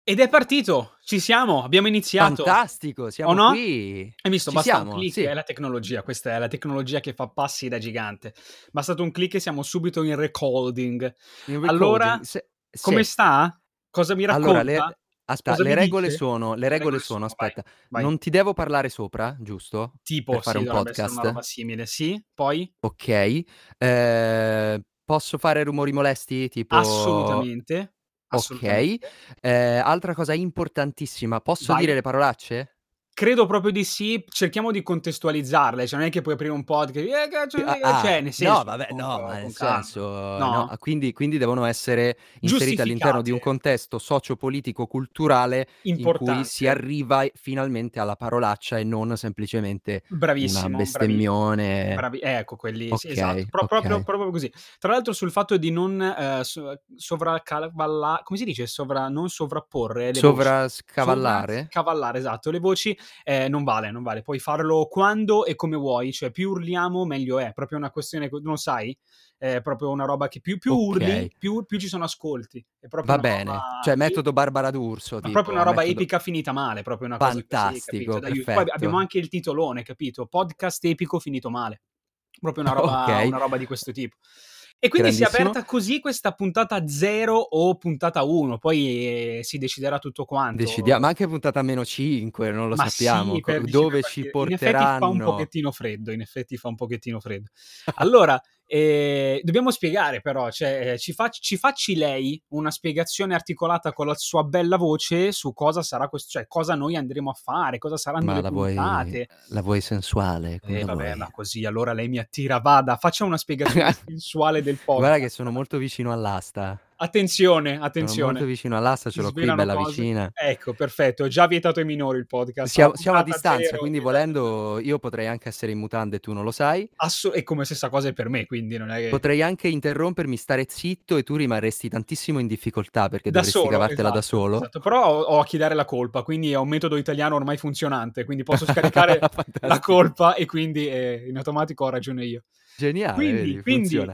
Ed è partito, ci siamo, abbiamo iniziato. Fantastico, O siamo no? qui. Hai visto? Ci Basta un siamo, click, sì. è la tecnologia, questa è la tecnologia che fa passi da gigante. Bastato un click e siamo subito in recording. In Allora, recording, se come sì. sta? Cosa mi Allora racconta? le Cosa mi regole dice? sono Le regole sono, vai, aspetta, vai. non ti devo parlare sopra, giusto? Tipo, Per fare sì, un dovrebbe essere una roba podcast? simile. Sì? Poi? Okay. Posso fare rumori molesti? Tipo Assolutamente, okay. assolutamente. Altra cosa importantissima, posso dire Vai. le parolacce? Credo proprio di sì, cerchiamo di contestualizzarle, cioè non è che puoi aprire un podcast, cioè nel No, senso, vabbè, no, ma nel con calma. senso no, No? quindi devono essere inserite all'interno di un Giustificate, contesto socio-politico culturale in cui si importante. arriva finalmente alla parolaccia e non semplicemente una Bravissimo, bestemmione. ecco quelli sì, esatto, Okay, okay. proprio così. Tra l'altro sul fatto di non, come si dice? Non sovrapporre le voci. Sovrascavallare? Scavallare, esatto, le voci, non vale, non vale. Puoi farlo quando e come vuoi, cioè più urliamo meglio è, proprio una questione non lo sai? È proprio una roba che più urli, Okay, più ci sono ascolti. È proprio va una bene. roba Cioè metodo Barbara D'Urso ma proprio una tipo, roba metodo epica finita male, proprio una cosa così, capito? fantastico, Da poi abbiamo perfetto. anche il titolone, capito? Podcast epico finito male. Proprio Okay, una roba di questo tipo. E quindi si è grandissimo. aperta così questa puntata 0 o puntata 1, poi, si deciderà tutto Ma quanto. anche puntata -5, non lo Ma sappiamo. sì, dici per Dove ci partire. In effetti fa un porteranno? pochettino freddo, in effetti fa un pochettino freddo. Allora, dobbiamo spiegare però, cioè, ci facci lei una spiegazione articolata con la sua bella voce su cosa sarà cioè cosa noi andremo a fare, cosa saranno Ma le puntate. la vuoi sensuale? Come la Vabbè, vuoi? ma così allora lei mi attira. Vada, faccia una spiegazione sensuale del Guarda che podcast. sono molto vicino all'asta. Attenzione, Sono molto attenzione. vicino all'asta, Si ce l'ho qui svelano bella cose. vicina. Ecco, perfetto, è già vietato ai minori il podcast. Alla Siamo a puntata distanza, 0 quindi vietato ai minori. volendo io potrei anche essere in mutande e tu non lo sai. È come stessa cosa è per me, quindi non è che Potrei anche interrompermi, stare zitto e tu rimarresti tantissimo in difficoltà perché da dovresti solo, cavartela da esatto, solo. esatto. Però ho a chi dare la colpa, quindi è un metodo italiano ormai funzionante, quindi posso scaricare la Fantastico. colpa e quindi, in automatico ho ragione io. Geniale, vedi, Quindi funziona.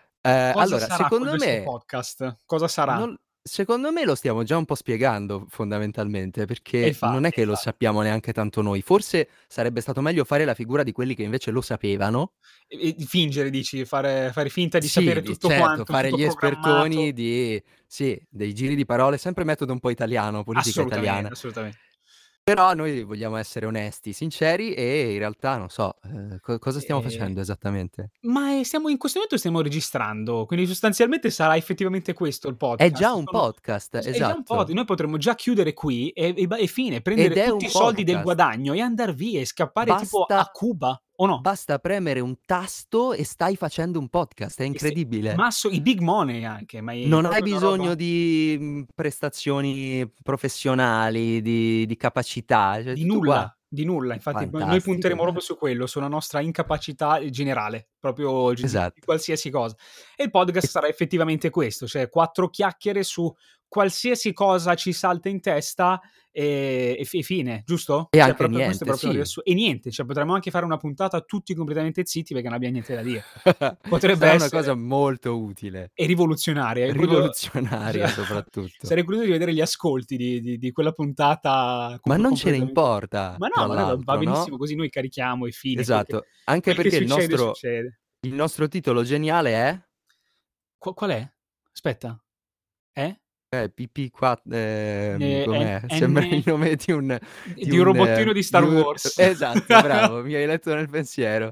cosa Allora, sarà questo podcast? Cosa sarà? non secondo me lo stiamo già un po' spiegando fondamentalmente, E perché non è infatti, e che lo infatti. sappiamo neanche tanto noi. Forse sarebbe stato meglio fare la figura di quelli che invece lo sapevano. E fingere dici, fare finta di Sì, sapere di tutto certo, quanto, fare tutto gli programmato. espertoni di sì, dei giri di parole, sempre metodo un po' italiano, politica Assolutamente, italiana. assolutamente. Però noi vogliamo essere onesti, sinceri e in realtà non so, cosa stiamo Ehm, facendo esattamente? ma, stiamo in questo momento stiamo registrando, quindi sostanzialmente sarà effettivamente questo il È già podcast. un podcast, È già un po', esatto. noi potremmo già chiudere qui e fine, Ed prendere è tutti un i soldi del podcast. guadagno e andar via e scappare tipo a Basta Cuba, o no? basta premere un tasto e stai facendo un podcast, è incredibile. I big money anche, ma è Non hai proprio una bisogno roba di, prestazioni professionali, di capacità, cioè tutto qua. di nulla. Infatti poi noi Fantastico. punteremo proprio su quello, sulla nostra incapacità generale, proprio di Esatto. qualsiasi cosa. E il podcast E sarà effettivamente questo, cioè 4 chiacchiere su qualsiasi cosa ci salta in testa, e fine, giusto? e Cioè anche proprio questo è niente, proprio il sì. e niente, cioè potremmo anche fare una puntata tutti completamente zitti perché non abbiam niente da dire. Potrebbe Sarà una cosa essere. molto utile, E rivoluzionaria. E voglio rivoluzionaria soprattutto. sarei curioso di vedere gli ascolti di quella puntata Ma non ce ne completamente. importa, Ma no, tra ma noi va l'altro, no? benissimo così, noi carichiamo e fine. Esatto, anche Quel che perché succede, succede. il nostro titolo geniale è Qual è? Aspetta. Eh? PP qua N com'è? N Sembra il nome di un robottino di Star di un Wars. esatto, bravo, mi hai letto nel pensiero.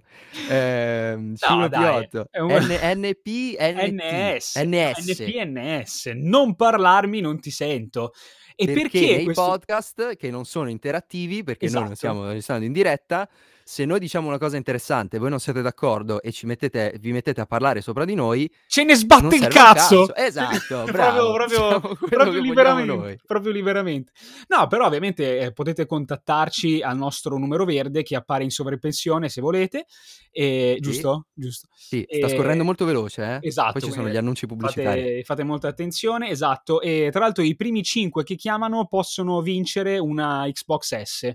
No dai, C1P8, è un NP, NT, NS, no, NS, NPNS, non parlarmi, non ti sento. E perché perché nei questo podcast, che non sono interattivi, perché noi non esatto. stiamo registrando in diretta, se noi diciamo una cosa interessante, voi non siete d'accordo e vi mettete a parlare sopra di noi, Ce ne non sbatte il serve a un cazzo. cazzo! Esatto, Proprio bravo, proprio diciamo quello proprio che vogliamo liberamente, noi. proprio liberamente. No, però ovviamente, potete contattarci al nostro numero verde che appare in sovraimpressione se volete, Sì. giusto? Giusto. Sì, sta Ehm, scorrendo molto veloce, Poi esatto, ci sono quindi gli annunci pubblicitari. fate molta attenzione, esatto. E tra l'altro i primi 5 che chiamano possono vincere una Xbox S.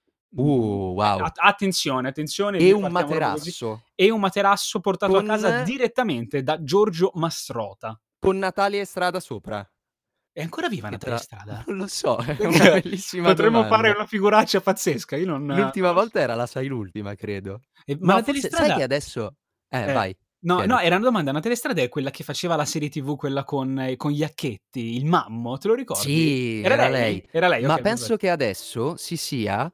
Wow. Attenzione, attenzione, E vi un partiamo proprio così. materasso E un materasso portato a con casa direttamente da Giorgio Mastrota. con Natalia e Strada sopra. È ancora viva Che Natalia tra Strada? non lo so, è una bellissima Potremmo fare domanda. una figuraccia pazzesca, io non L'ultima lo so. volta era La sai l'ultima, credo. Ma No, Natalia forse sai che Strada adesso eh, vai, no, no, chiedi. era una domanda. Natalia Strada è quella che faceva la serie TV, quella con Iacchetti, il Mammo, te lo ricordi? Sì, Era era lei? lei, Era lei, ma okay, penso perfetto. che adesso si sia,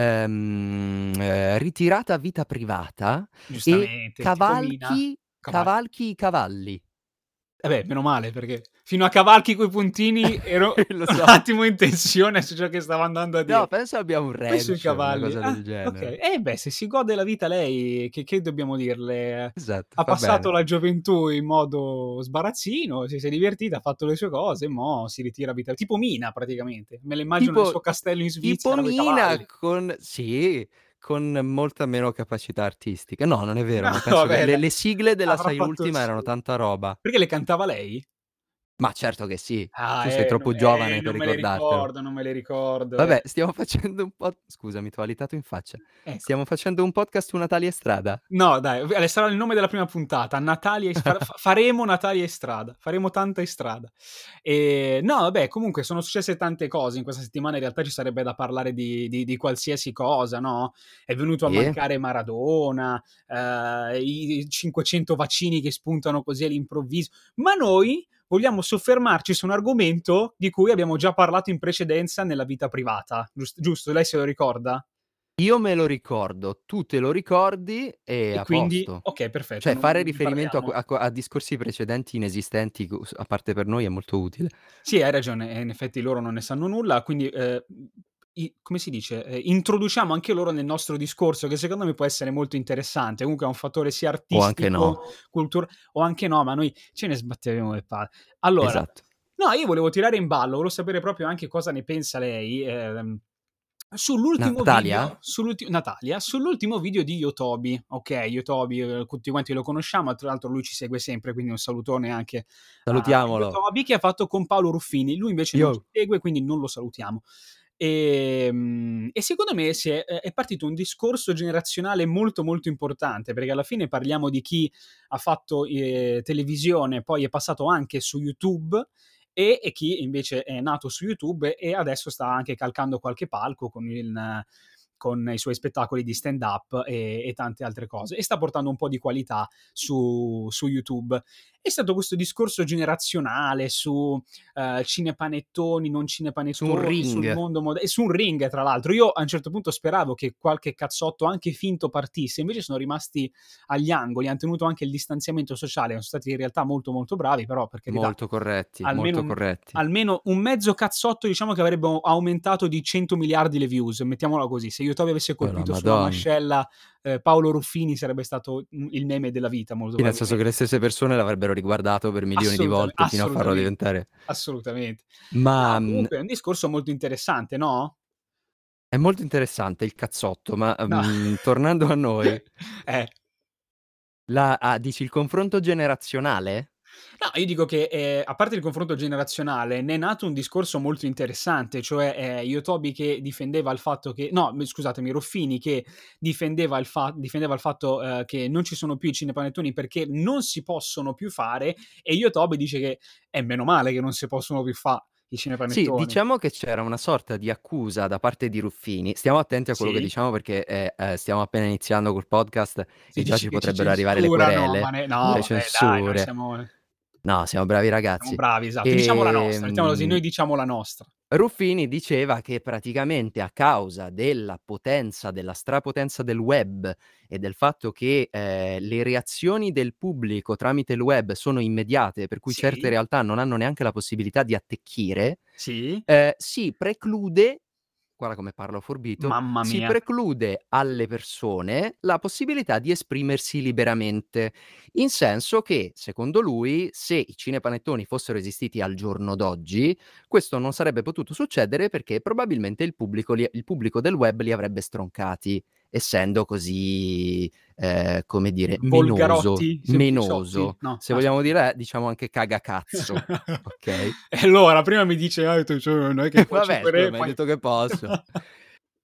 ritirata a vita privata e Giustamente, tipo Mina. Cavalli. cavalchi i cavalli. Eh beh, meno male, perché fino a cavalchi coi puntini ero Lo un so. attimo in tensione su ciò che stavo andando a No, dire. penso abbia un Poi sui ranch, una cavalli cosa del okay. genere. Eh beh, se si gode la vita lei, che dobbiamo dirle? Esatto, Ha fa passato bene. la gioventù in modo sbarazzino, si è divertita, ha fatto le sue cose, mo si ritira a vita tipo Mina praticamente. Me la immagino nel Tipo suo castello in tipo Svizzera coi Mina cavalli. con molta meno capacità artistica. No, non è vero, No, ma penso che vabbè dai, le sigle della avrà Sai fatto l'ultima erano sì. tanta roba. Perché le cantava lei? Ma certo che sì, Ah, tu sei troppo giovane per non me le ricordartelo. ricordo, non me le ricordo, Vabbè, stiamo facendo un po' scusami, t'ho alitato in faccia. Ecco. Stiamo facendo un podcast su Natalia Strada? No dai, sarà il nome della prima puntata, Natalia e faremo Natalia e Strada, faremo tanta Estrada. No vabbè, comunque sono successe tante cose in questa settimana, in realtà ci sarebbe da parlare di qualsiasi cosa, no, è venuto a Sì? mancare Maradona, i 500 vaccini che spuntano così all'improvviso, ma noi vogliamo soffermarci su un argomento di cui abbiamo già parlato in precedenza nella vita privata, giusto? Lei se lo ricorda? Io me lo ricordo, tu te lo ricordi e E a quindi posto. okay, perfetto, Cioè fare non ne riferimento parliamo. a discorsi precedenti inesistenti a parte per noi è molto utile. Sì, hai ragione, in effetti loro non ne sanno nulla, quindi, i come si dice, introduciamo anche loro nel nostro discorso, che secondo me può essere molto interessante. Comunque è un fattore sia O anche artistico, no. o anche no, ma noi ce ne sbatteremo le palle. Allora, Esatto. no, io volevo tirare in ballo, volevo sapere proprio anche cosa ne pensa lei, sull'ultimo Natalia? video Natalia, sull'ultimo video di Yotobi, okay, Yotobi, tutti quanti lo conosciamo, tra l'altro lui ci segue sempre, quindi un salutone anche a Salutiamolo. Yotobi, che ha fatto con Paolo Ruffini. Lui invece non ci Yo. segue, quindi non lo salutiamo. E secondo me è partito un discorso generazionale molto, molto importante, perché alla fine parliamo di chi ha fatto, televisione, poi è passato anche su YouTube, e chi invece è nato su YouTube e adesso sta anche calcando qualche palco con i suoi spettacoli di stand up e tante altre cose, e sta portando un po' di qualità su YouTube. È stato questo discorso generazionale su cinepanettoni, non Su un cinepanettoni, sul ring. mondo e su un ring tra l'altro. Io a un certo punto speravo che qualche cazzotto anche finto partisse, invece sono rimasti agli angoli, han tenuto anche il distanziamento sociale, sono stati in realtà molto molto bravi, però per carità Molto corretti, almeno molto un corretti. almeno un mezzo cazzotto, diciamo, che avrebbe aumentato di 100 miliardi le views, mettiamola così. Se YouTube avesse Oh la colpito sulla madonna. mascella Paolo Ruffini sarebbe stato il meme della vita, molto Sì, nel senso che probabilmente. le stesse persone l'avrebbero riguardato per milioni di volte fino a farlo Assolutamente, diventare assolutamente. ma, No, comunque è un discorso molto interessante, no? è molto interessante il cazzotto, ma, No. tornando a noi, Eh. dici il confronto generazionale? No, io dico che, a parte il confronto generazionale, ne è nato un discorso molto interessante, cioè, Yotobi che difendeva il fatto che no, scusatemi, Ruffini che difendeva il fatto, che non ci sono più i cinepanettoni perché non si possono più fare, e Yotobi dice che è meno male che non si possono più i Sì, cinepanettoni. diciamo che c'era una sorta di accusa da parte di Ruffini. Stiamo attenti a quello che Sì? diciamo perché, stiamo appena iniziando col podcast Se e già dici ci che ci potrebbero arrivare le censura, no, querele, no, le vabbè dai, noi censure. siamo No, siamo bravi ragazzi. bravi, esatto. Diciamo la nostra, mettiamola così, Ehm noi diciamo la nostra. Ruffini diceva che praticamente a causa della potenza, della strapotenza del web e del fatto che, le reazioni del pubblico tramite il web sono immediate, per cui certe Sì, realtà non hanno neanche la possibilità di attecchire, sì, si preclude guarda come parlo forbito, mamma si mia. preclude alle persone la possibilità di esprimersi liberamente. In senso che, secondo lui, se i cinepanettoni fossero esistiti al giorno d'oggi, questo non sarebbe potuto succedere perché probabilmente il pubblico del web li avrebbe stroncati, essendo così, come dire, Volgarotti, sempliciotti? menoso. No, Se ah vogliamo scusi. dire diciamo anche cagacazzo, okay? E allora prima mi dice: tu non è che puoi Vabbè scusa, 5 m'hai detto che posso.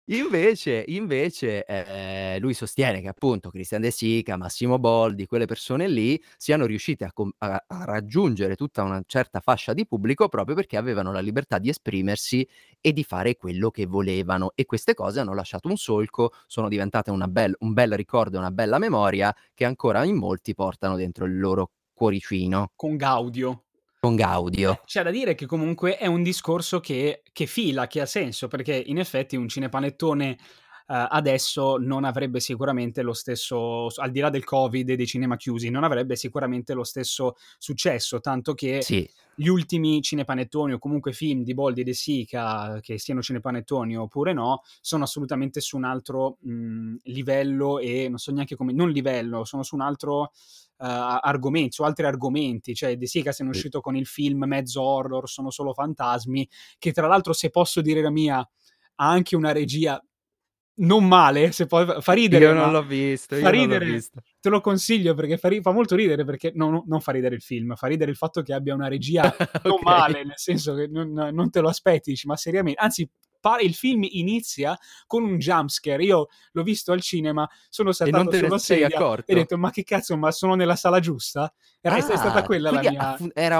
Lui sostiene che appunto Christian De Sica, Massimo Boldi, quelle persone lì siano riuscite a raggiungere tutta una certa fascia di pubblico proprio perché avevano la libertà di esprimersi e di fare quello che volevano, e queste cose hanno lasciato un solco, sono diventate un bel ricordo, una bella memoria che ancora in molti portano dentro il loro cuoricino Con Gaudio. con Gaudio. C'è da dire che comunque è un discorso che fila, che ha senso, perché in effetti un cinepanettone adesso non avrebbe sicuramente lo stesso, al di là del Covid e dei cinema chiusi, non avrebbe sicuramente lo stesso successo, tanto che Sì, gli ultimi cinepanettoni o comunque film di Boldi e De Sica, che siano cinepanettoni oppure no, sono assolutamente su un altro livello, e non so neanche come, non livello, sono su un altro argomenti, su altri argomenti. Cioè De Sica se ne è sì. uscito con il film mezzo horror, Sono solo fantasmi, che tra l'altro, se posso dire la mia, ha anche una regia non male, se poi fa ridere, Io non ma l'ho visto, fa io non l'ho ridere, visto. te lo consiglio perché fa molto ridere, perché non fa ridere il film, fa ridere il fatto che abbia una regia non Ok. male, nel senso che non te lo aspetti, dici, ma seriamente, anzi il film inizia con un jumpscare. Io l'ho visto al cinema, sono E non saltato te ne sulla sei sedia e ho accorto? detto, ma che cazzo, ma sono nella sala giusta? È stata Ah, quella la quindi mia... era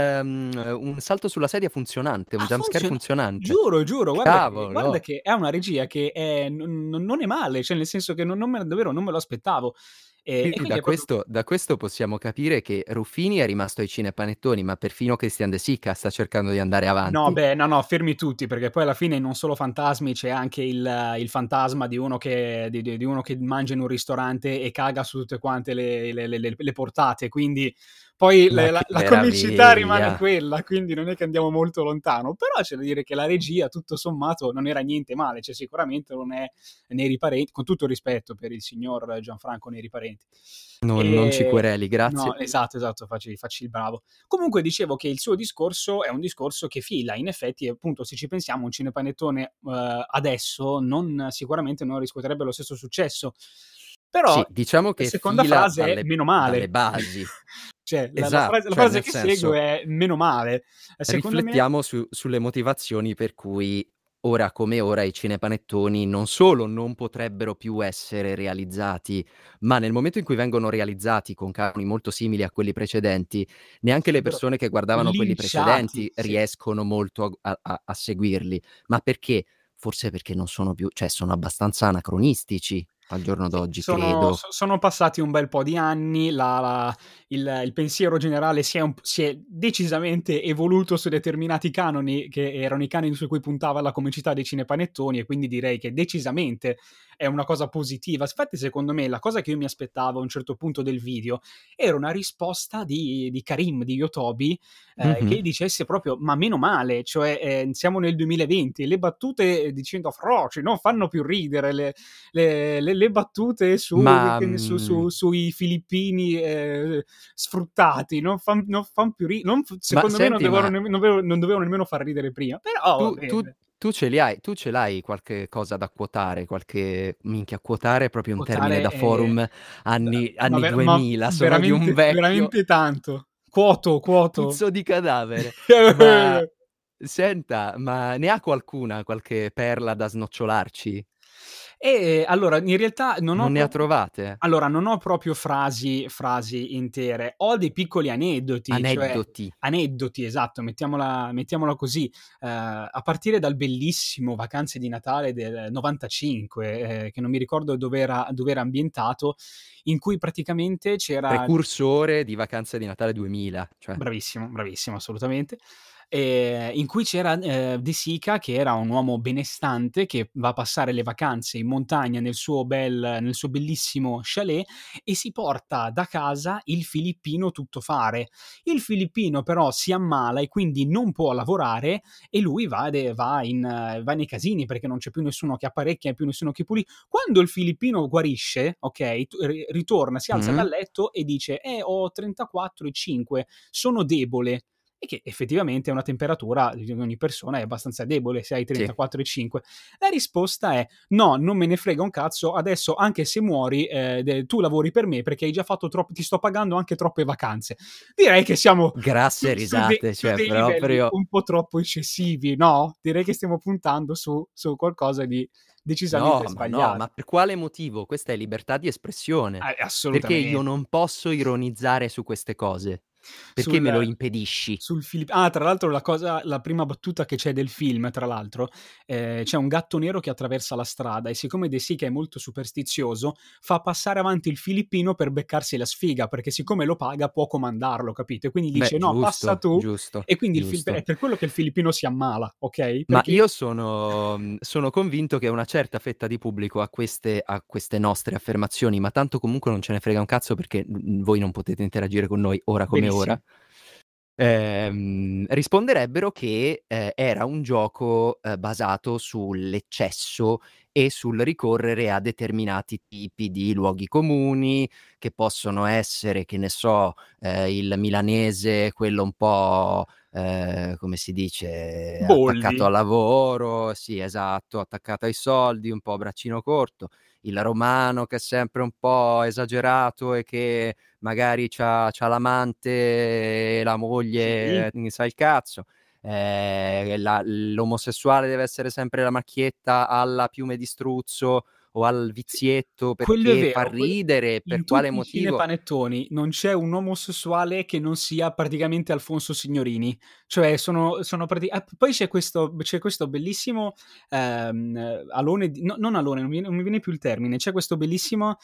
un salto sulla sedia funzionante, un Ah, jumpscare funziona, funzionante. giuro, guarda Cavolo! che è una regia che non è male, cioè nel senso che davvero non me lo aspettavo. E Quindi quindi è proprio... da questo possiamo capire che Ruffini è rimasto ai cinepanettoni, ma perfino Christian De Sica sta cercando di andare No, avanti. beh, no, fermi tutti, perché poi alla fine non solo fantasmi, c'è anche il fantasma di uno di uno che mangia in un ristorante e caga su tutte quante le portate, quindi poi Ma che la comicità rimane meraviglia! quella, quindi non è che andiamo molto lontano, però c'è da dire che la regia, tutto sommato, non era niente male, cioè sicuramente non è Neri Parenti, con tutto il rispetto per il signor Gianfranco Neri Parenti. Non ci E... quereli, grazie. No, esatto, facci il bravo. Comunque dicevo che il suo discorso è un discorso che fila, in effetti, appunto, se ci pensiamo, un cinepanettone adesso sicuramente non riscuoterebbe lo stesso successo. Però Sì, diciamo la che seconda fila frase è meno dalle male. basi. Cioè, Esatto, la cioè frase nel che segue senso, è meno male. Secondo me, riflettiamo sulle motivazioni per cui ora come ora i cinepanettoni non solo non potrebbero più essere realizzati, ma nel momento in cui vengono realizzati con canoni molto simili a quelli precedenti, neanche le sarebbero persone che guardavano quelli linciati. precedenti Sì. riescono molto a seguirli. Ma perché? Forse perché non sono più, cioè sono abbastanza anacronistici al giorno Sì, d'oggi, credo. sono passati un bel po' di anni, il pensiero generale si è decisamente evoluto su determinati canoni, che erano i canoni su cui puntava la comicità dei cinepanettoni, e quindi direi che decisamente è una cosa positiva. Infatti, secondo me, la cosa che io mi aspettavo a un certo punto del video era una risposta di Karim, di Yotobi, Mh-mh. che dicesse proprio, ma meno male, cioè siamo nel 2020, le battute dicendo froci non fanno più ridere, le battute Ma, sui filippini sfruttati non fan più ma secondo me senti, ma non dovevano nemmeno far ridere prima, però va tu tu bene. tu ce l'hai qualche cosa da quotare? Qualche minchia, quotare è proprio un termine Quotare da forum ma anni ma 2000, sono di un veramente vecchio veramente tanto. Quoto. puzzo di cadavere. Ma senta, ma ne ha qualcuna, qualche perla da snocciolarci? Allora, in realtà non ho Non ne ha trovate? non ho proprio frasi intere, ho dei piccoli aneddoti, cioè Aneddoti. aneddoti, esatto, mettiamola così, a partire dal bellissimo Vacanze di Natale del '95, che non mi ricordo dove era ambientato, in cui praticamente c'era... Precursore di Vacanze di Natale 2000, cioè. Bravissimo, bravissimo, assolutamente. In cui c'era, De Sica, che era un uomo benestante che va a passare le vacanze in montagna nel suo bellissimo chalet, e si porta da casa il filippino tuttofare. Il filippino però si ammala e quindi non può lavorare, e lui va nei casini perché non c'è più nessuno che apparecchia, più nessuno che quando il filippino guarisce, okay, ritorna, si alza Mh? dal letto e dice: ho 34 e 5, sono debole." e che effettivamente è una temperatura di ogni persona è abbastanza debole se hai Sì. 34,5. La risposta è no, non me ne frega un cazzo, adesso anche se muori tu lavori per me perché hai già fatto troppo, ti sto pagando anche troppe vacanze. Direi che siamo Grasse risate, su cioè dei livelli proprio un po' troppo eccessivi, no? Direi che stiamo puntando su qualcosa di decisamente no, ma no, sbagliato. ma per quale motivo? Questa è libertà di espressione. Perché io Assolutamente. non posso ironizzare su queste cose? Perché Sul me lo impedisci? tra l'altro la prima battuta che c'è del film, tra l'altro, c'è un gatto nero che attraversa la strada e siccome De Sica è molto superstizioso, fa passare avanti il filippino per beccarsi la sfiga, perché siccome lo paga può comandarlo, capito? E quindi Beh, dice: "No, passa giusto, tu", giusto, e quindi è giusto. per quello che il filippino si ammala, okay? Ma Perché io sono convinto che una certa fetta di pubblico a queste nostre affermazioni, ma tanto comunque non ce ne frega un cazzo perché, voi non potete interagire con noi ora come ora, benissimo. risponderebbero che, era un gioco, basato sull'eccesso e sul ricorrere a determinati tipi di luoghi comuni, che possono essere, che ne so, il milanese, quello un po', come si dice, attaccato Boldi. al lavoro, sì esatto, attaccato ai soldi, un po' braccino corto, il romano che è sempre un po' esagerato e che magari c'ha l'amante e la Sì. moglie ne sa il cazzo. L'omosessuale deve essere sempre la macchietta alla piume di struzzo o al Sì, vizietto quello è perché fa vero. ridere, per In quale tutti i motivo? cinepanettoni non c'è un omosessuale che non sia praticamente Alfonso Signorini. Cioè sono poi c'è questo bellissimo, alone di no non alone, non mi viene più il termine. C'è questo bellissimo,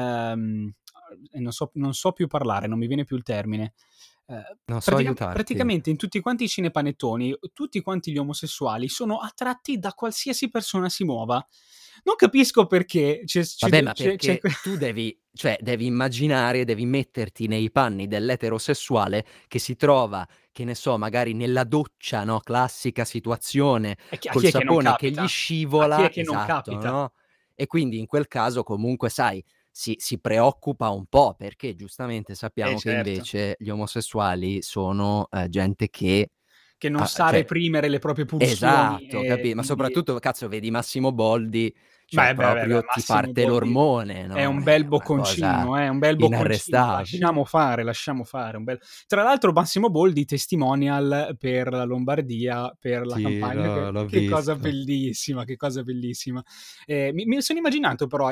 non so più parlare, non mi viene più il termine. Non so aiutarti. Praticamente in tutti quanti i cinepanettoni, tutti quanti gli omosessuali sono attratti da qualsiasi persona si muova. Non capisco perché Vabbè, ma c'è perché tu devi immaginare, devi metterti nei panni dell'eterosessuale che si trova, che ne so, magari nella doccia, no, classica situazione, a chi col è che non sapone che gli capita? A chi è scivola che non esatto, capita? no, e quindi in quel caso comunque sai, si preoccupa un po', perché giustamente sappiamo che Certo, invece gli omosessuali sono, gente che che non sa cioè reprimere le proprie pulsioni esatto, e ma quindi soprattutto cazzo vedi Massimo Boldi, cioè beh, proprio ti Massimo parte Boldi l'ormone, è no, un è bel una cosa bocconcino, è un bel bocconcino. inarrestabile. Lasciamo fare, un bel tra l'altro Massimo Boldi testimonial per la Lombardia, per la Sì, campagna, l'ho che cosa visto. bellissima, che cosa bellissima. Mi sono immaginato però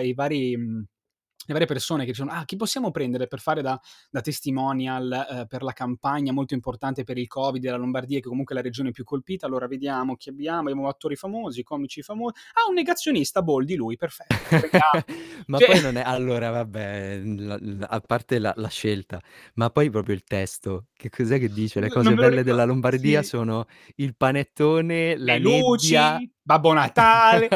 le varie persone che dicono: "Ah, chi possiamo prendere per fare da testimonial, per la campagna molto importante per il Covid della Lombardia, che comunque è la regione più colpita. Allora vediamo chi abbiamo. Abbiamo attori famosi, comici un negazionista, Boldi lui, perfetto, lo prendiamo." Ma Cioè poi non è allora vabbè, a parte la scelta, ma poi proprio il testo, che cos'è che dice? Le non cose me lo belle della ricordo, Lombardia sì. sono il panettone, la Le nebbia. luci, Babbo Natale,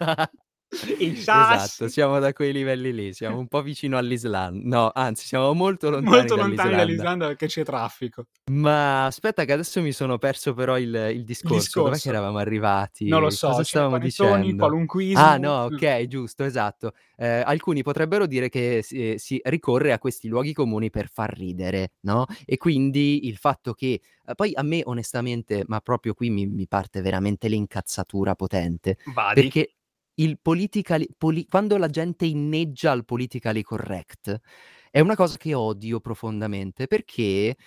i Esatto, sassi, siamo da quei livelli lì, siamo un po' vicino no, anzi siamo molto lontani molto lontani dall'Islanda. dall'Islanda perché c'è traffico. Ma aspetta che adesso mi sono perso però il Il discorso. Dov'è che discorso, eravamo non lo arrivati? so, Cosa stavamo cinepanettoni, dicendo? Ah qualunquismo, no, okay, giusto, esatto. Alcuni potrebbero dire che si ricorre a questi luoghi comuni per far ridere, no, e quindi il fatto che poi a me onestamente, ma proprio qui mi parte veramente l'incazzatura potente, vadi. perché il quando la gente inneggia al politically correct, è una cosa che odio profondamente perché,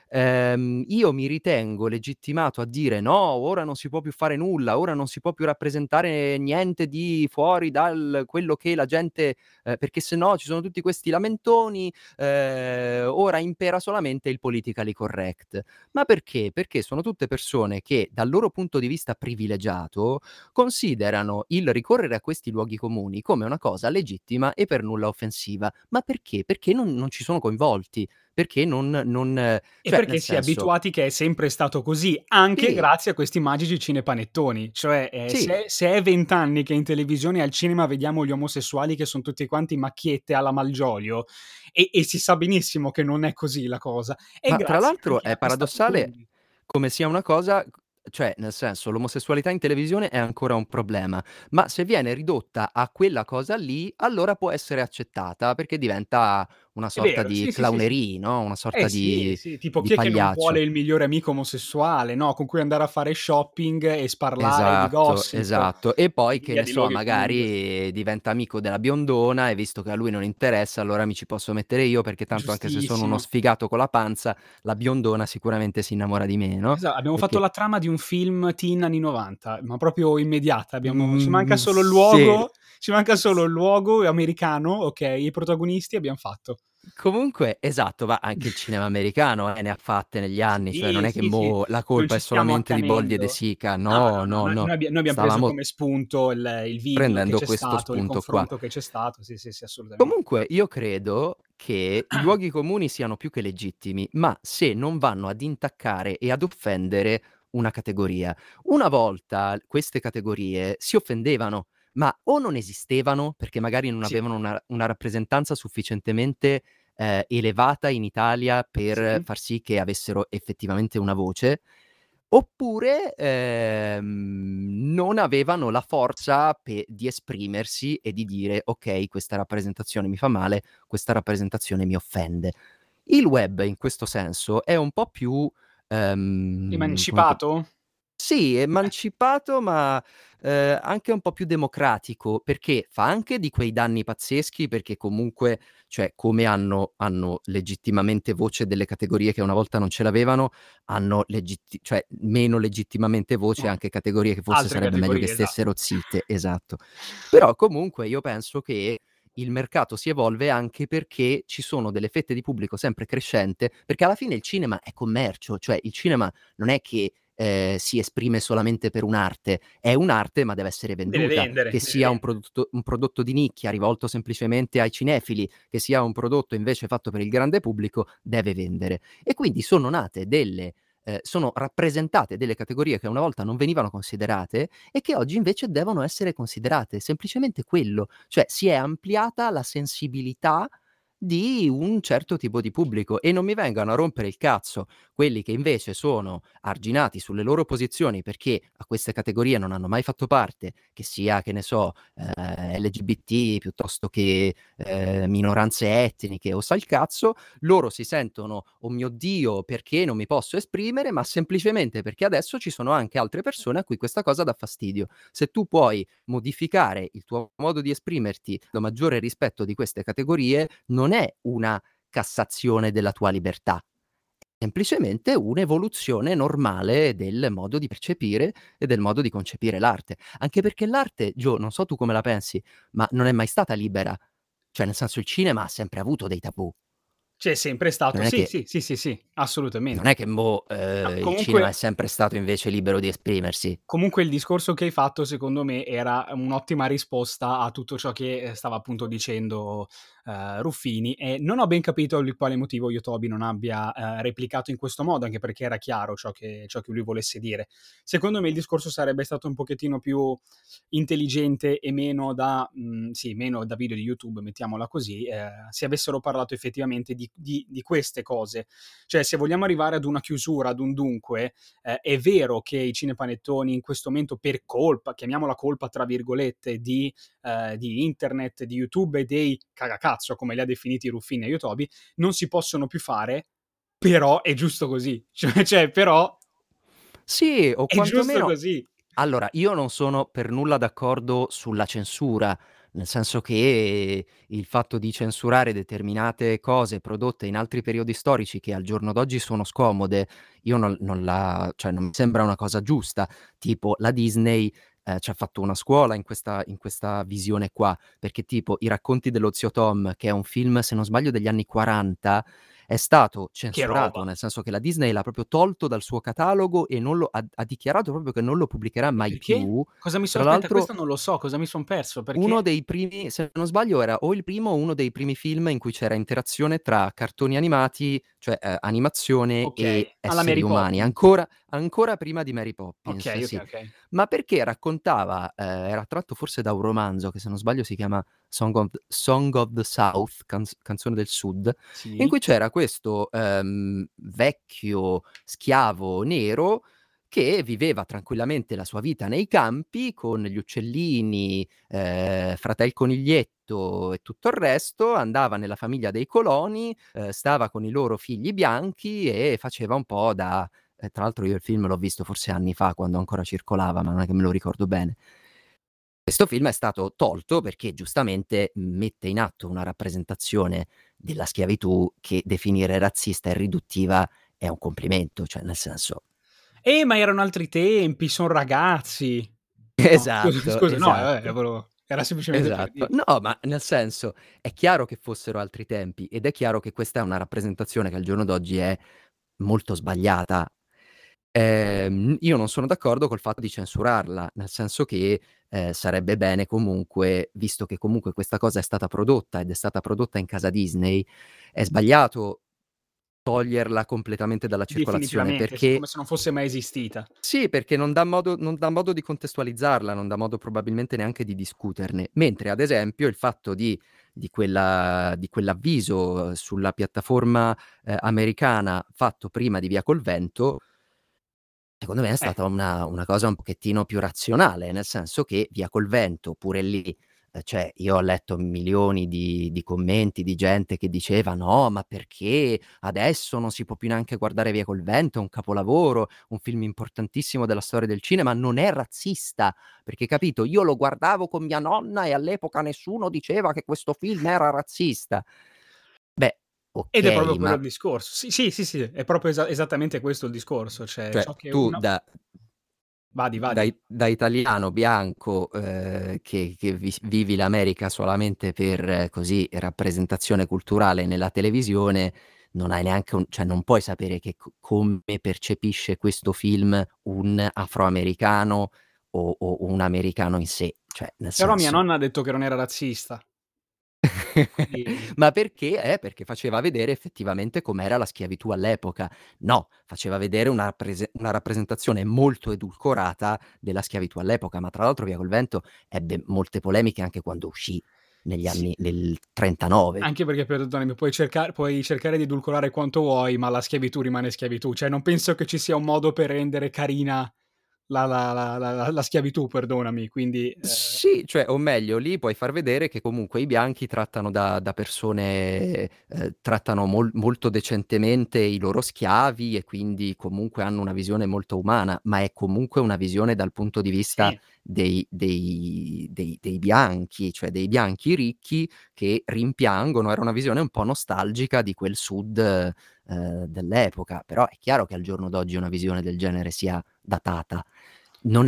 io mi ritengo legittimato a dire: "No, ora non si può più fare nulla, ora non si può più rappresentare niente di fuori dal quello che la gente perché se no ci sono tutti questi lamentoni, ora impera solamente il politically correct". Ma perché? Perché sono tutte persone che, dal loro punto di vista privilegiato, considerano il ricorrere a questi luoghi comuni come una cosa legittima e per nulla offensiva. Ma perché? Perché non ci sono coinvolti, perché E cioè nel perché si è senso abituati che è sempre stato così, anche sì, grazie a questi magici cinepanettoni. Cioè, sì, se è 20 anni che in televisione e al cinema vediamo gli omosessuali che son tutti quanti macchiette alla Malgioglio, e si sa benissimo che non è così la cosa, è ma tra grazie l'altro anche è a questa paradossale abitudine. come sia una cosa cioè nel senso, l'omosessualità in televisione è ancora un problema, ma se viene ridotta a quella cosa lì, allora può essere accettata, perché diventa una È sorta vero, di sì, sì, sì, sì. clownerie, no, una Eh sorta sì, sì, tipo di chi è che non vuole pagliaccio. il migliore amico omosessuale, no, con cui andare a fare shopping e sparlare di Esatto, gossip esatto. E e poi, che via ne di so, luoghi comuni così. magari diventa amico della biondona e visto che a lui non interessa, allora mi ci posso mettere io perché tanto anche se sono uno Giustissimo. sfigato con la panza, la biondona sicuramente si innamora di me, no? Abbiamo fatto Perché la trama di un film teen anni '90, ma proprio immediata. Ci manca solo il sì. luogo, americano, ok, i protagonisti abbiamo fatto. Comunque, esatto, ma anche il cinema americano ne ha fatte negli anni, cioè non Sì, è che sì, sì, mo la non colpa è ci stiamo solamente di Boldi e De accanendo. Sica, No, no, no, no, no, no. noi abbiamo preso Stavamo come spunto il video che prendendo c'è questo stato, il spunto qua. confronto che c'è stato. Sì, sì, sì, assolutamente. Comunque io credo che i luoghi comuni siano più che legittimi, ma se non vanno ad intaccare e ad offendere una categoria. Una volta queste categorie si offendevano, ma o non esistevano perché magari non Sì, avevano una rappresentanza sufficientemente elevata in Italia per sì. far sì che avessero effettivamente una voce, oppure, non avevano la forza di esprimersi e di dire: "Okay, questa rappresentazione mi fa male, questa rappresentazione mi offende". Il web in questo senso è un po' più, come po Emancipato? sì, emancipato, ma, anche un po' più democratico, perché fa anche di quei danni pazzeschi, perché comunque, cioè, come hanno legittimamente voce delle categorie che una volta non ce l'avevano, hanno cioè, meno legittimamente voce No, anche categorie che forse altre sarebbe meglio che categorie, esatto. stessero zitte, esatto. Però comunque io penso che il mercato si evolve anche perché ci sono delle fette di pubblico sempre crescente, perché alla fine il cinema è commercio, cioè il cinema non è che si esprime solamente per un'arte. È un'arte, ma deve essere Deve venduta, vendere, che deve sia vendere. un prodotto di nicchia rivolto semplicemente ai cinefili, che sia un prodotto invece fatto per il grande pubblico, deve vendere. E quindi sono nate delle sono rappresentate delle categorie che una volta non venivano considerate e che oggi invece devono essere considerate. Semplicemente quello, cioè si è ampliata la sensibilità di un certo tipo di pubblico e non mi vengano a rompere il cazzo quelli che invece sono arginati sulle loro posizioni perché a queste categorie non hanno mai fatto parte, che sia, che ne so, LGBT piuttosto che minoranze etniche o sa il cazzo, loro si sentono: "Oh mio Dio, perché non mi posso esprimere?" Ma semplicemente perché adesso ci sono anche altre persone a cui questa cosa dà fastidio. Se tu puoi modificare il tuo modo di esprimerti, lo maggiore rispetto di queste categorie, non è una cassazione della tua libertà, semplicemente un'evoluzione normale del modo di percepire e del modo di concepire l'arte. Anche perché l'arte, Gio, non so tu come la pensi, ma non è mai stata libera. Cioè, nel senso, il cinema ha sempre avuto dei tabù. C'è sempre stato, Non è sì, che sì, sì, sì, sì, non è assolutamente. che mo', No, il cinema è comunque sempre stato invece libero di esprimersi. Comunque il discorso che hai fatto secondo me era un'ottima risposta a tutto ciò che, stava appunto dicendo, Ruffini e non ho ben capito il quale motivo Yotobi non abbia, replicato in questo modo, anche perché era chiaro ciò che lui volesse dire. Secondo me il discorso sarebbe stato un pochettino più intelligente e meno da sì, meno da video di YouTube, mettiamola così, se avessero parlato effettivamente di queste cose. Cioè, se vogliamo arrivare ad una chiusura, ad un dunque, è vero che i cinepanettoni in questo momento per colpa, chiamiamola colpa tra virgolette, di internet, di YouTube e dei cagacazzo, come li ha definiti Ruffini e Yotobi, non si possono più fare, però è giusto così. Cioè, però Sì, o è giusto quantomeno così. allora, io non sono per nulla d'accordo sulla censura, nel senso che il fatto di censurare determinate cose prodotte in altri periodi storici che al giorno d'oggi sono scomode, io non mi sembra una cosa giusta. Tipo la Disney, ci ha fatto una scuola in questa visione qua, perché tipo I racconti dello zio Tom, che è un film, se non sbaglio, degli anni '40, è stato Che censurato, roba. nel senso che la Disney l'ha proprio tolto dal suo catalogo e non lo ha dichiarato proprio che non lo pubblicherà E mai perché? più. Cosa mi so Tra Aspetta, l'altro questo non lo so, cosa mi son perso? uno Perché? dei primi, se non sbaglio era o il primo o uno dei primi film in cui c'era interazione tra cartoni animati, cioè, animazione Okay, e alla esseri Mary umani, Poppins. ancora prima di Mary Poppins, Okay, okay, sì. okay. Ma perché raccontava era tratto forse da un romanzo che, se non sbaglio, si chiama Song of the South, Canzone del Sud, in Sì. cui c'era questo, vecchio schiavo nero che viveva tranquillamente la sua vita nei campi con gli uccellini, Fratel Coniglietto e tutto il resto, andava nella famiglia dei coloni, stava con i loro figli bianchi e faceva un po' da tra l'altro io il film l'ho visto forse anni fa, quando ancora circolava, ma non è che me lo ricordo bene. Questo film è stato tolto perché giustamente mette in atto una rappresentazione della schiavitù che definire razzista e riduttiva è un complimento, cioè nel senso Ma erano altri tempi, son ragazzi. No, scusa esatto, scusa, no, vabbè, esatto, era semplicemente per esatto. dire. No, ma nel senso è chiaro che fossero altri tempi ed è chiaro che questa è una rappresentazione che al giorno d'oggi è molto sbagliata. Io non sono d'accordo col fatto di censurarla, nel senso che, sarebbe bene comunque, visto che comunque questa cosa è stata prodotta ed è stata prodotta in casa Disney, è sbagliato toglierla completamente dalla circolazione Definitivamente, sì, come perché se non fosse mai esistita. sì, perché non dà modo di contestualizzarla, non dà modo probabilmente neanche di discuterne. Mentre ad esempio il fatto di quell'avviso sulla piattaforma, americana fatto prima di Via col Vento, secondo me è Eh. stata una cosa un pochettino più razionale, nel senso che Via col Vento pure lì, cioè io ho letto milioni di commenti di gente che diceva: "No, ma perché adesso non si può più neanche guardare Via col Vento, è un capolavoro, un film importantissimo della storia del cinema, non è razzista". Perché capito, io lo guardavo con mia nonna e all'epoca nessuno diceva che questo film era razzista. Beh, Ed è proprio okay, quello ma il discorso. Sì, sì, sì, sì, è proprio esattamente questo il discorso, cioè cioè ciò che tu una vadi, da vadi. da italiano bianco, che vivi l'America solamente per così rappresentazione culturale nella televisione, non hai neanche cioè non puoi sapere che come percepisce questo film un afroamericano o un americano in sé, cioè nel Però mia senso nonna ha detto che non era razzista, quindi Ma perché? Perché faceva vedere effettivamente com'era la schiavitù all'epoca. No, faceva vedere una rappresentazione molto edulcorata della schiavitù all'epoca, ma tra l'altro Via col Vento ebbe molte polemiche anche quando uscì negli sì, anni nel '39. anche perché perdonami, puoi cercare di edulcorare quanto vuoi, ma la schiavitù rimane schiavitù. Cioè non penso che ci sia un modo per rendere carina la schiavitù, perdonami, quindi, Sì, cioè o meglio lì puoi far vedere che comunque i bianchi trattano da persone trattano molto decentemente i loro schiavi e quindi comunque hanno una visione molto umana, ma è comunque una visione dal punto di vista sì. dei bianchi, cioè dei bianchi ricchi che rimpiangono, era una visione un po' nostalgica di quel sud, dell'epoca, però è chiaro che al giorno d'oggi una visione del genere sia datata. Non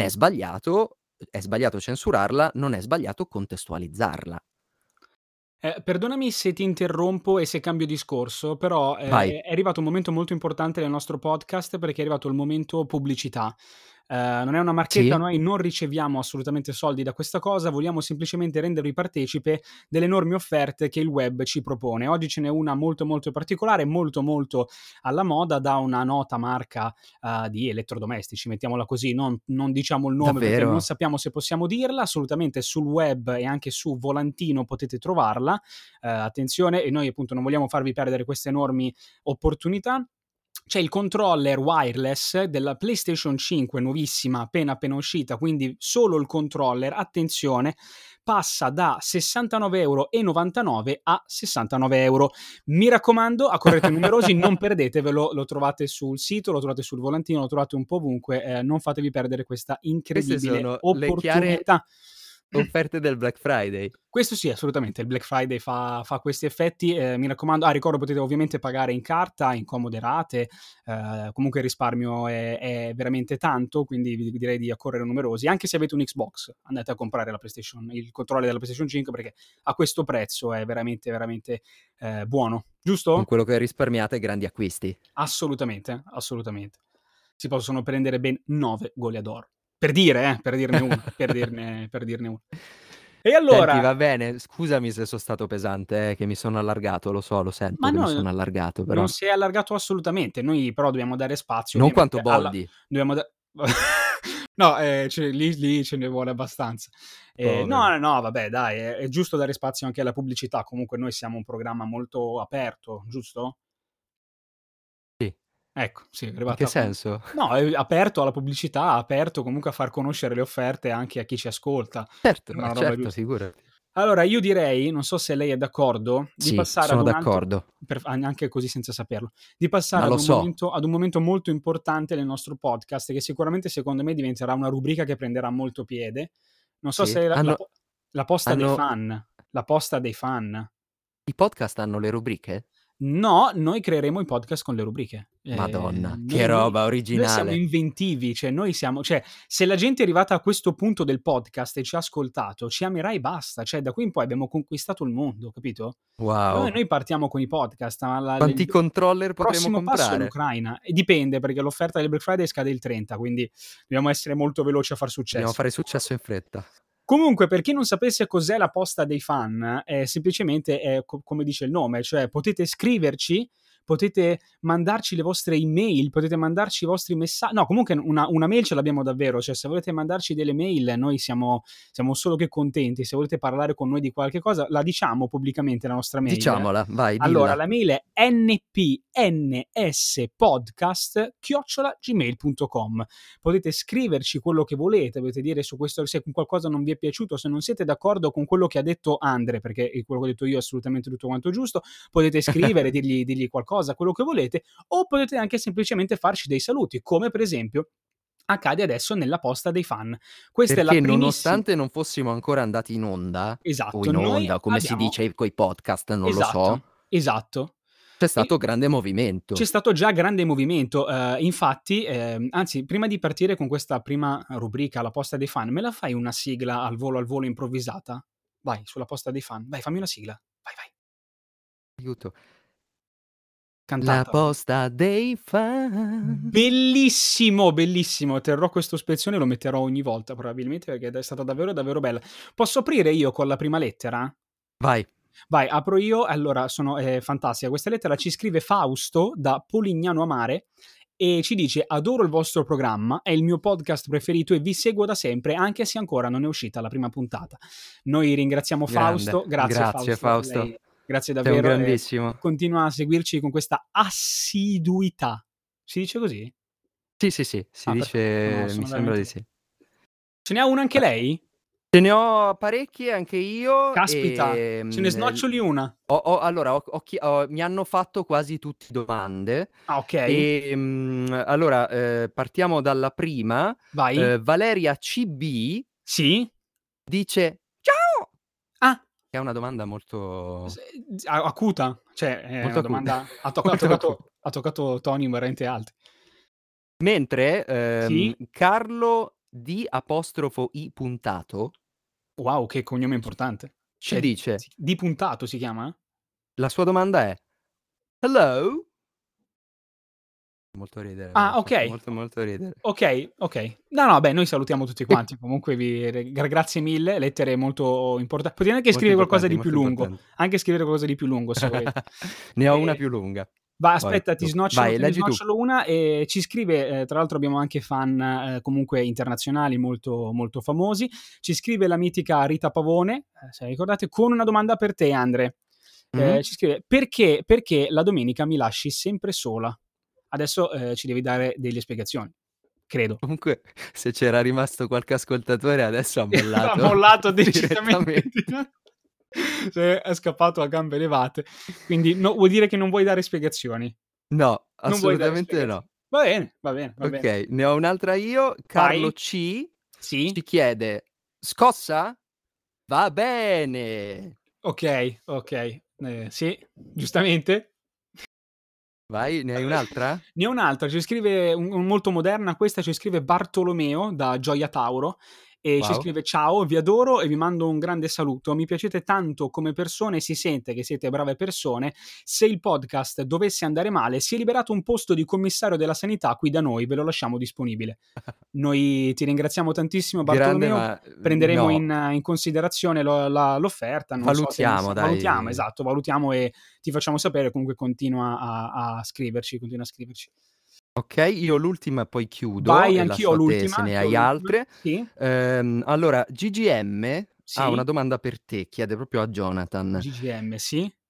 è sbagliato censurarla, non è sbagliato contestualizzarla. Perdonami se ti interrompo e se cambio discorso, però, Vai. è arrivato un momento molto importante nel nostro podcast perché è arrivato il momento pubblicità. Non è una marchetta, Sì? noi non riceviamo assolutamente soldi da questa cosa, vogliamo semplicemente rendervi partecipe delle enormi offerte che il web ci propone. Oggi ce n'è una molto, molto particolare, molto, molto alla moda da una nota marca, di elettrodomestici, mettiamola così, non diciamo il nome perché non Davvero? sappiamo se possiamo dirla, assolutamente sul web e anche su Volantino potete trovarla. Attenzione, e noi appunto non vogliamo farvi perdere queste enormi opportunità. C'è il controller wireless della PlayStation 5 nuovissima, appena uscita, quindi solo il controller, attenzione, passa da 69,99 € a 69 €. Mi raccomando, a correte numerosi, non perdetevelo, lo trovate sul sito, lo trovate sul volantino, lo trovate un po' ovunque, non fatevi perdere questa Queste incredibile sono le chiare opportunità. offerte del Black Friday. Questo sì, assolutamente. Il Black Friday fa questi effetti. Mi raccomando, ricordo potete ovviamente pagare in carta, in comode rate, comunque il risparmio è veramente tanto, quindi vi direi di accorrere numerosi. Anche se avete un Xbox, andate a comprare il controller della PlayStation 5 perché a questo prezzo è veramente, veramente, buono, Con giusto? quello che risparmiate grandi acquisti. Assolutamente, assolutamente. Si possono prendere ben 9 Goliador. Per dirne una, per dirne una. E Senti, allora va bene, scusami se so stato pesante, che mi sono allargato, lo so, lo Ma sento che mi no, sono allargato, non però si è allargato assolutamente. Noi però dobbiamo dare spazio non quanto ovviamente alla Boldi, dobbiamo da no, lì ce ne vuole abbastanza. povero. No, no, vabbè dai, è giusto dare spazio anche alla pubblicità. Comunque noi siamo un programma molto aperto, giusto? Sì. Ecco, sì, è In arrivata che a con senso? no, è aperto alla pubblicità, aperto comunque a far conoscere le offerte anche a chi ci ascolta. Certo, Sembra una roba certo, giusta. figurati. Allora io direi, non so se lei è d'accordo, di Sì, passare ad sono un altro d'accordo. anche così senza saperlo, di Ma passare lo so. ad un momento molto importante nel nostro podcast, che sicuramente secondo me diventerà una rubrica che prenderà molto piede. Non so Sì? se Hanno la posta dei hanno fan. La posta dei fan. i podcast hanno le rubriche? No, noi creeremo i podcast con le rubriche. Madonna, che roba Noi siamo originale. inventivi, cioè noi siamo cioè se la gente è arrivata a questo punto del podcast e ci ha ascoltato, ci amerà e basta, cioè da qui in poi abbiamo conquistato il mondo, capito? Wow. Noi partiamo con i podcast, ma Quanti il controller potremo prossimo passo è comprare? l'Ucraina e dipende perché l'offerta del Black Friday scade il 30, quindi dobbiamo essere molto veloci a far Dobbiamo successo. fare successo in fretta. Comunque, per chi non sapesse cos'è la posta dei fan, è semplicemente come dice il nome, cioè potete scriverci, potete mandarci le vostre email, potete mandarci i vostri messaggi. No, comunque una mail ce l'abbiamo davvero, cioè se volete mandarci delle mail, noi siamo solo che contenti. Se volete parlare con noi di qualche cosa, la diciamo pubblicamente la nostra mail. Diciamola, vai, Allora, dilla. la mail è npnspodcast@gmail.com. Potete scriverci quello che volete, potete dire su questo se qualcosa non vi è piaciuto, se non siete d'accordo con quello che ha detto Andre, perché quello che ho detto io è assolutamente tutto quanto giusto, potete scrivere, dirgli qualcosa, quello che volete, o potete anche semplicemente farci dei saluti, come per esempio accade adesso nella posta dei fan. Questa è la Perché primissima. nonostante non fossimo ancora andati in onda, o Esatto, in noi onda, come si abbiamo dice coi podcast, non lo so, esatto, esatto. c'è E stato grande c'è movimento. stato già grande movimento, infatti, anzi prima di partire con questa prima rubrica, la posta dei fan, me la fai una sigla al volo improvvisata? Vai, sulla posta dei fan. Vai, fammi una sigla. Vai, vai. Aiuto. La Cantata. posta dei fan. Bellissimo, bellissimo. Terrò questo spezzone e lo metterò ogni volta probabilmente perché è stata davvero, davvero bella. Posso aprire io con la prima lettera? Vai. Vai, apro io. Allora, sono fantastica. Questa lettera ci scrive Fausto da Polignano a Mare e ci dice: Adoro il vostro programma, è il mio podcast preferito e vi seguo da sempre, anche se ancora non è uscita la prima puntata. Noi ringraziamo Grande. Fausto, grazie Grazie Fausto, Fausto. lei, grazie Sei un davvero e grandissimo. continua a seguirci con questa assiduità. Si dice così? Sì, sì, sì, si Ah, perfetto, dice, mi sono sembra di veramente. sì. Ce n'ha una anche Eh, lei? Ce ne ho parecchie anche io Caspita, ce ne snoccioli una. allora mi hanno fatto quasi tutti domande. Ah, ok, Allora, partiamo dalla prima. vai. Valeria CB Sì? dice ciao, Ah, che è una domanda molto, acuta, cioè è molto una acuta. domanda Molto acuta. ha toccato toni veramente alti. Mentre Sì? Carlo D apostrofo I puntato Wow, che cognome importante. ci Cioè, dice, di puntato si chiama? la sua domanda è hello? Molto ridere, mi ha Ah, fatto ok. molto molto ridere. Ok, ok. No, no, beh, noi salutiamo tutti quanti. Comunque grazie mille, lettere molto importanti. Potete anche Molto scrivere qualcosa importanti, di più molto lungo. importanti. Anche scrivere qualcosa di più lungo se volete. Ne ho una E più lunga. va, Poi aspetta, dopo. Vai, te ne leggi tu. snocciolo una e ci scrive, tra l'altro abbiamo anche fan comunque internazionali molto, molto famosi, ci scrive la mitica Rita Pavone, se ricordate, con una domanda per te Andre. Mh-mh. Ci scrive, perché la domenica mi lasci sempre sola? Adesso ci devi dare delle spiegazioni, credo. Comunque se c'era rimasto qualche ascoltatore adesso ha Ha mollato mollato decisamente. direttamente. È scappato a gambe levate. Quindi vuol dire che non vuoi dare spiegazioni. No, Non vuoi dare assolutamente no. spiegazioni. Va bene, va bene, va bene. Okay, ne ho un'altra io. Carlo Vai. C Sì? ci chiede: "Scossa? Va bene." Okay, okay. Sì, giustamente. Vai, ne hai un'altra? Ne ho un'altra, ci scrive molto moderna questa, ci scrive Bartolomeo da Gioia Tauro e ci Wow. scrive: "Ciao, vi adoro e vi mando un grande saluto. Mi piacete tanto come persone e si sente che siete brave persone. Se il podcast dovesse andare male, si è liberato un posto di commissario della sanità qui da noi, ve lo lasciamo disponibile." Noi ti ringraziamo tantissimo Grande Bartolomeo, ma prenderemo no, in considerazione l'offerta, non so se ne valutiamo sa valutiamo, dai. esatto, valutiamo e ti facciamo sapere, comunque continua a scriverci, continua a scriverci. Okay, io l'ultima poi chiudo Vai, e anch'io lascio ho a te se l'ultima, ne anch'io ho hai l'ultima. altre. Sì, Allora GGM ha una sì, domanda per te, chiede proprio a Jonathan. GGM, sì.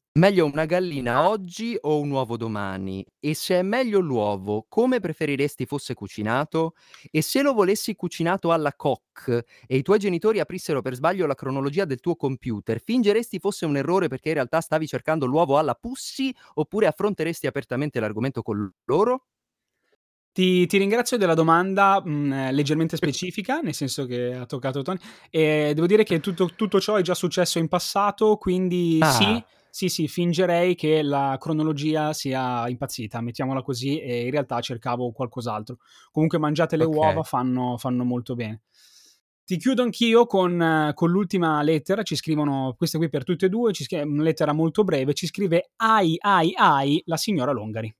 Meglio una gallina oggi o un uovo domani? E se è meglio l'uovo, come preferiresti fosse cucinato? E se lo volessi cucinato alla coque e i tuoi genitori aprissero per sbaglio la cronologia del tuo computer, fingeresti fosse un errore perché in realtà stavi cercando l'uovo alla Pussy oppure affronteresti apertamente l'argomento con loro? Ti ringrazio della domanda, leggermente specifica, nel senso che ha toccato Tony. Devo dire che tutto ciò è già successo in passato, quindi sì, Ah, sì, fingerei che la cronologia sia impazzita, mettiamola così, e in realtà cercavo qualcos'altro. Comunque mangiate le uova, ok. fanno molto bene. Ti chiudo anch'io con l'ultima lettera, ci scrivono, questa qui per tutte e due, una lettera molto breve, ci scrive: "Ai, ai, ai, la signora Longari".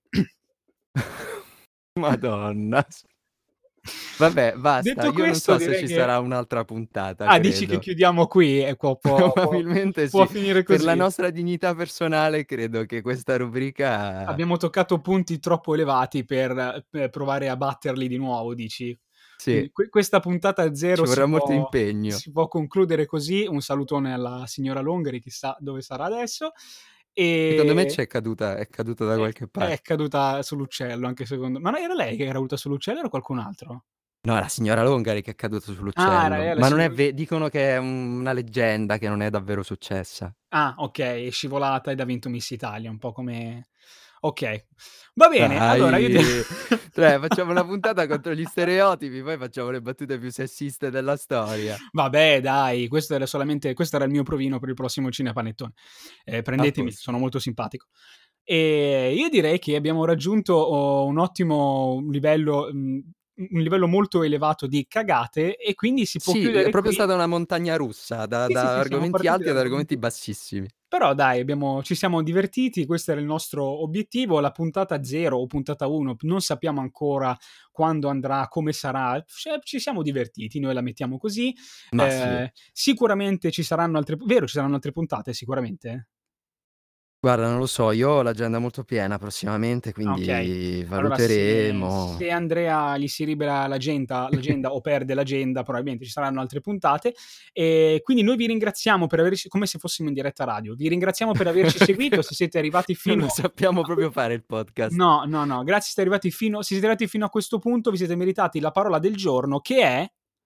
Madonna. Vabbè, basta. Detto Io non questo so se direi ci che sarà un'altra puntata, dici che credo. chiudiamo qui? Ecco, Probabilmente può sì. finire Per la così. nostra dignità personale credo che questa rubrica Abbiamo toccato punti troppo elevati per provare a batterli di nuovo, dici? sì, Quindi questa puntata 0 ci vorrà molto impegno. si può concludere così. Un salutone alla signora Longari, chissà dove sarà adesso. Secondo me E è caduta da qualche è parte. caduta sull'uccello anche secondo ma no, era lei che era caduta sull'uccello o era qualcun altro? No, la signora Longari che è caduta Ah, era sull'uccello, lei la ma non è signora. dicono che è una leggenda, che non è davvero successa. Ah, okay, è scivolata ed ha vinto Miss Italia, un po' come okay. Va bene, allora io di Dai, cioè facciamo una puntata contro gli stereotipi, poi facciamo le battute più sessiste della storia. vabbè dai, questo era il mio provino per il prossimo Cinepanettone. A Prendetemi, posto. sono molto simpatico. Io direi che abbiamo raggiunto un ottimo livello, un livello molto elevato di cagate e quindi si può Sì, è chiudere proprio qui. stata una montagna russa, da Sì, da siamo argomenti partiti alti ad argomenti dall'argomento. bassissimi. Però dai, ci siamo divertiti, questo era il nostro obiettivo. La puntata 0 o puntata 1 non sappiamo ancora quando andrà, come sarà, cioè, ci siamo divertiti, noi la mettiamo così. Ma sì. Sicuramente ci saranno vero, ci saranno altre puntate sicuramente? Guarda, non lo so, io ho l'agenda molto piena prossimamente, Ah, okay. quindi Allora valuteremo. se Andrea gli si libera l'agenda o perde l'agenda, probabilmente ci saranno altre puntate. Quindi noi vi ringraziamo per averci, come se fossimo in diretta radio, vi ringraziamo per averci seguito, se siete arrivati Non fino lo sappiamo a que proprio fare il podcast. no, no, no, grazie siete arrivati fino se siete arrivati fino a questo punto, vi siete meritati la parola del giorno che è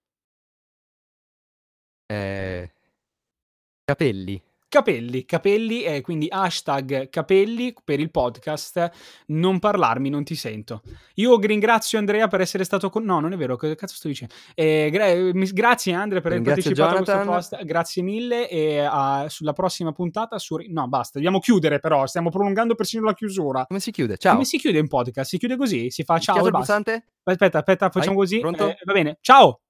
Ehm, capelli. capelli. Capelli, e quindi hashtag capelli per il podcast "Non parlarmi, non ti sento". Io ringrazio Andrea per essere stato con no, non è vero, che cazzo sto dicendo? Grazie Andrea per aver Ringrazio partecipato a questo Jonathan. post, grazie mille e sulla prossima puntata no basta, dobbiamo chiudere però, stiamo prolungando persino la chiusura. Come si chiude? Come Ciao. si chiude un podcast? Si chiude così? Si fa ciao Schiaccia e il basta? pulsante. Aspetta, Vai, facciamo così? pronto? Va bene. Ciao!